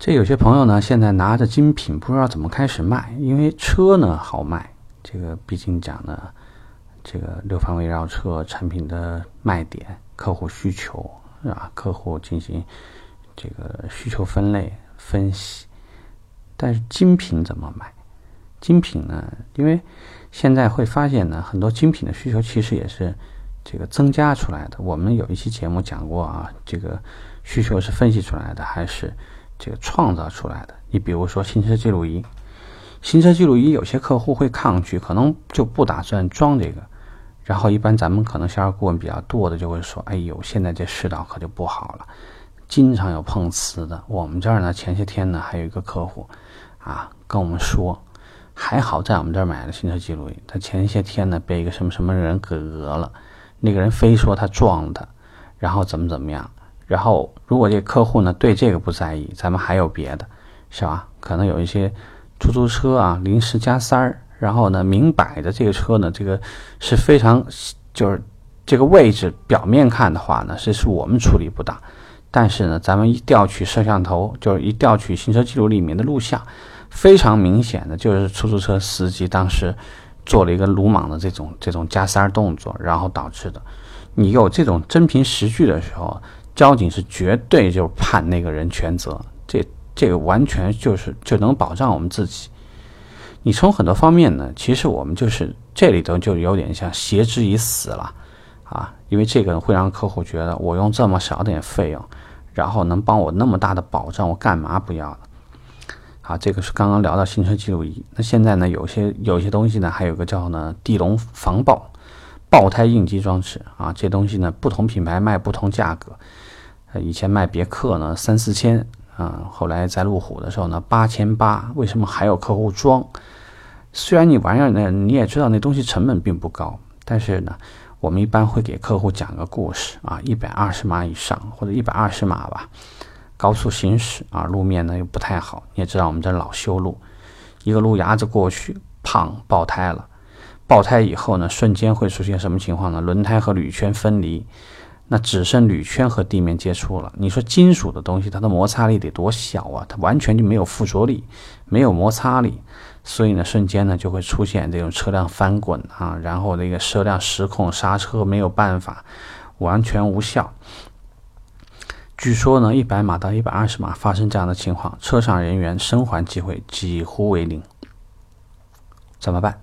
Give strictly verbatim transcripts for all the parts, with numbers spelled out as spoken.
这有些朋友呢，现在拿着精品不知道怎么开始卖，因为车呢好卖，这个毕竟讲呢，这个六方围绕车产品的卖点、客户需求啊，客户进行这个需求分类分析。但是精品怎么买？精品呢，因为现在会发现呢，很多精品的需求其实也是这个增加出来的。我们有一期节目讲过啊，这个需求是分析出来的还是这个创造出来的？你比如说行车记录仪，行车记录仪有些客户会抗拒，可能就不打算装这个。然后一般咱们可能销售顾问比较多的就会说，哎呦，现在这世道可就不好了，经常有碰瓷的。我们这儿呢，前些天呢还有一个客户啊跟我们说，还好在我们这儿买了行车记录仪，他前些天呢被一个什么什么人给讹了，那个人非说他撞了他，然后怎么怎么样。然后如果这个客户呢对这个不在意，咱们还有别的，是吧？可能有一些出租车啊临时加塞儿，然后呢明摆的这个车呢，这个是非常就是这个位置表面看的话呢，这是我们处理不当，但是呢咱们一调取摄像头，就是一调取行车记录里面的录像，非常明显的就是出租车司机当时做了一个鲁莽的这种这种加塞儿动作，然后导致的。你有这种真凭实据的时候，交警是绝对就判那个人全责，这这个完全就是就能保障我们自己。你从很多方面呢，其实我们就是这里头就有点像挟之以死了啊，因为这个会让客户觉得我用这么少点费用，然后能帮我那么大的保障，我干嘛不要了？好，这个是刚刚聊到行车记录仪。那现在呢，有些有些东西呢，还有个叫呢地笼防爆爆胎应急装置啊，这东西呢不同品牌卖不同价格。呃，以前卖别克呢三四千啊、嗯，后来在路虎的时候呢八千八，为什么还有客户装？虽然你玩意儿呢，你也知道那东西成本并不高，但是呢，我们一般会给客户讲个故事啊，一百二十码以上或者一百二十码吧，高速行驶啊，路面呢又不太好，你也知道我们这老修路，一个路牙子过去，砰，爆胎了。爆胎以后呢，瞬间会出现什么情况呢？轮胎和铝圈分离，那只剩铝圈和地面接触了。你说金属的东西，它的摩擦力得多小啊？它完全就没有附着力，没有摩擦力，所以呢，瞬间呢就会出现这种车辆翻滚啊，然后那个车辆失控，刹车没有办法，完全无效。据说呢，一百码到一百二十码发生这样的情况，车上人员生还机会几乎为零。怎么办？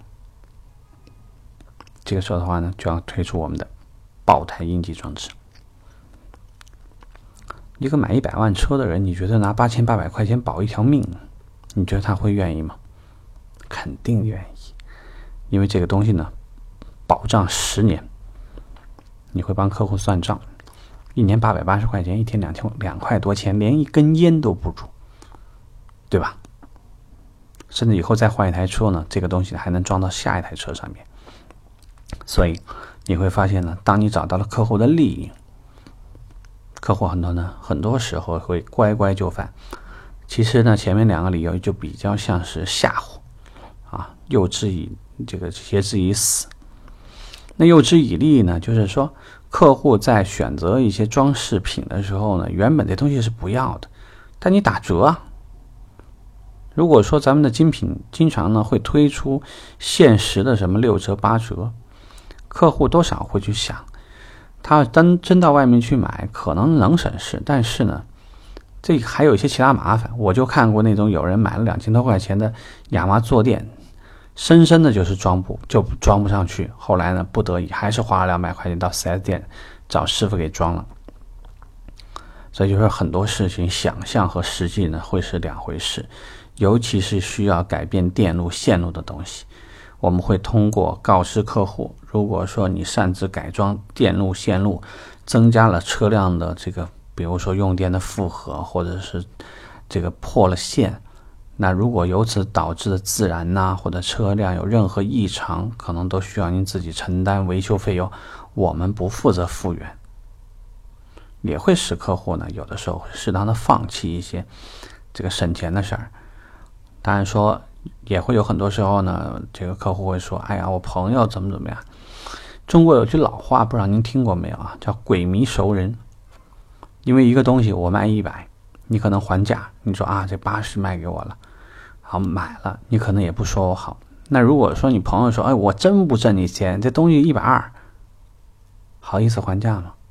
这个时候的话呢，就要推出我们的爆胎应急装置。一个买一百万车的人，你觉得拿八千八百块钱保一条命，你觉得他会愿意吗？肯定愿意，因为这个东西呢，保障十年。你会帮客户算账，一年八百八十块钱，一天两千两块多钱，连一根烟都不如，对吧？甚至以后再换一台车呢，这个东西还能装到下一台车上面。所以你会发现呢，当你找到了客户的利益，客户很多呢，很多时候会乖乖就范。其实呢，前面两个理由就比较像是吓唬啊，诱之以这个挟之以死。那诱之以利呢，就是说客户在选择一些装饰品的时候呢，原本这东西是不要的，但你打折啊。如果说咱们的精品经常呢会推出限时的什么六折八折，客户多少会去想，他真真到外面去买可能能省事，但是呢这还有一些其他麻烦。我就看过那种有人买了两千多块钱的亚麻坐垫，深深的就是装不就装不上去，后来呢不得已还是花了两百块钱到 四 S 店找师傅给装了。所以就是很多事情想象和实际呢会是两回事，尤其是需要改变电路线路的东西，我们会通过告知客户，如果说你擅自改装电路线路，增加了车辆的这个比如说用电的负荷，或者是这个破了线，那如果由此导致的自燃呐、啊，或者车辆有任何异常，可能都需要您自己承担维修费用，我们不负责复原，也会使客户呢有的时候会适当的放弃一些这个省钱的事儿。当然说也会有很多时候呢，这个客户会说，哎呀，我朋友怎么怎么样。中国有句老话，不知道您听过没有啊，叫鬼迷熟人。因为一个东西我卖一百， 你可能还价，你说啊这八十卖给我了，好买了，你可能也不说我好。那如果说你朋友说，哎，我真不挣你钱，这东西一百二，好意思还价吗？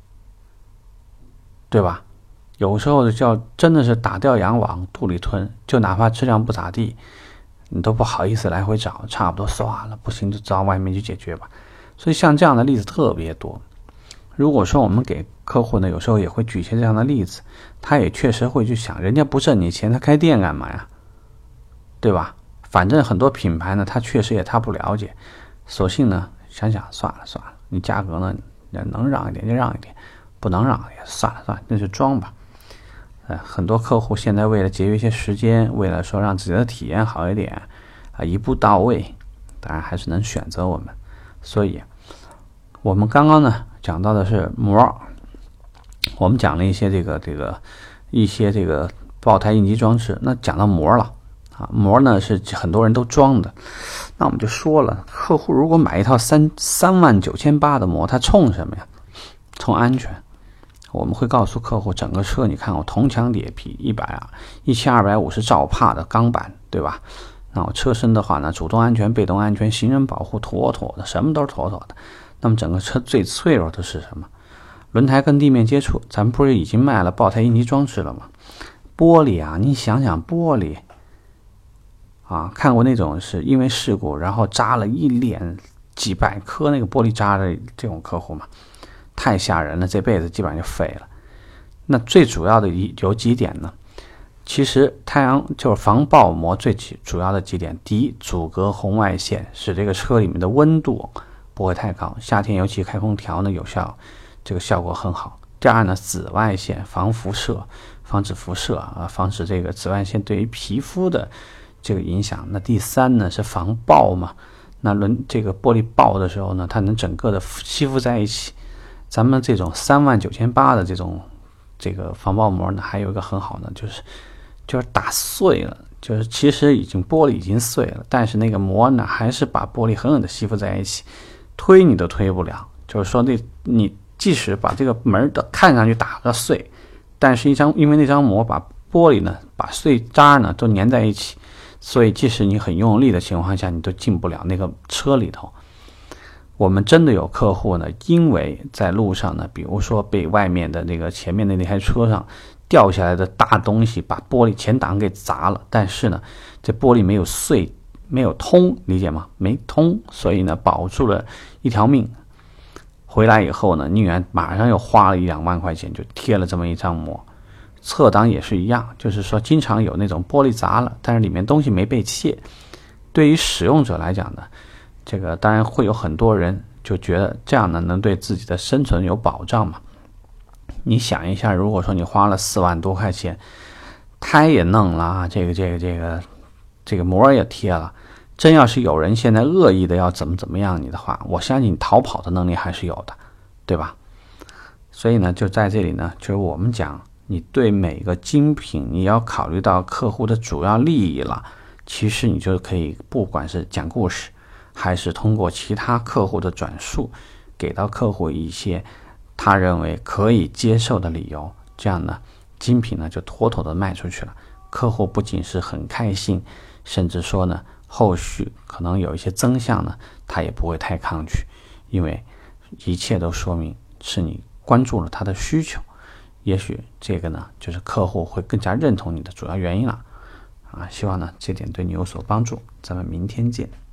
对吧？有时候叫真的是打掉羊往肚里吞，就哪怕质量不咋地，你都不好意思来回找，差不多算了，不行就找外面去解决吧。所以像这样的例子特别多。如果说我们给客户呢，有时候也会举些这样的例子，他也确实会去想，人家不挣你钱，他开店干嘛呀？对吧？反正很多品牌呢，他确实也他不了解，索性呢想想算了算了，你价格呢能让一点就让一点，不能让也算了算了，那就装吧。呃，很多客户现在为了节约一些时间，为了说让自己的体验好一点，啊、呃，一步到位，当然还是能选择我们。所以，我们刚刚呢讲到的是膜，我们讲了一些这个这个一些这个爆胎应急装置，那讲到膜了啊，膜呢是很多人都装的，那我们就说了，客户如果买一套三三万九千八的膜，他冲什么呀？冲安全。我们会告诉客户，整个车你看我铜墙铁皮，一百啊，一千二百五十兆帕的钢板，对吧？那我车身的话呢，主动安全、被动安全、行人保护，妥妥的，什么都是妥妥的。那么整个车最脆弱的是什么？轮胎跟地面接触，咱们不是已经卖了爆胎应急装置了吗？玻璃啊，你想想玻璃啊，看过那种是因为事故然后扎了一脸几百颗那个玻璃渣的这种客户吗？太吓人了，这辈子基本上就废了。那最主要的有几点呢？其实太阳就是防爆膜最主要的几点，第一，阻隔红外线，使这个车里面的温度不会太高，夏天尤其开空调呢有效，这个效果很好。第二呢，紫外线防辐射，防止辐射啊，防止这个紫外线对于皮肤的这个影响。那第三呢是防爆嘛，那轮这个玻璃爆的时候呢，它能整个的吸附在一起。咱们这种三万九千八的这种这个防爆膜呢，还有一个很好的就是就是打碎了，就是其实已经玻璃已经碎了，但是那个膜呢还是把玻璃狠狠的吸附在一起，推你都推不了。就是说那你即使把这个门的看上去打个碎，但是一张因为那张膜把玻璃呢把碎渣呢都粘在一起，所以即使你很用力的情况下，你都进不了那个车里头。我们真的有客户呢，因为在路上呢，比如说被外面的那个前面的那台车上掉下来的大东西把玻璃前挡给砸了，但是呢，这玻璃没有碎，没有通，理解吗？没通，所以呢，保住了一条命。回来以后呢，宁愿马上又花了一两万块钱就贴了这么一张膜。侧挡也是一样，就是说经常有那种玻璃砸了，但是里面东西没被切。对于使用者来讲呢，这个当然会有很多人就觉得这样呢能对自己的生存有保障嘛。你想一下，如果说你花了四万多块钱，胎也弄了，这个这个这个这个膜也贴了，真要是有人现在恶意的要怎么怎么样你的话，我相信你逃跑的能力还是有的，对吧？所以呢，就在这里呢，就是我们讲，你对每个精品你要考虑到客户的主要利益了，其实你就可以不管是讲故事还是通过其他客户的转述，给到客户一些他认为可以接受的理由，这样呢，精品呢就妥妥的卖出去了。客户不仅是很开心，甚至说呢，后续可能有一些增项呢，他也不会太抗拒，因为一切都说明是你关注了他的需求。也许这个呢，就是客户会更加认同你的主要原因了。啊，希望呢这点对你有所帮助。咱们明天见。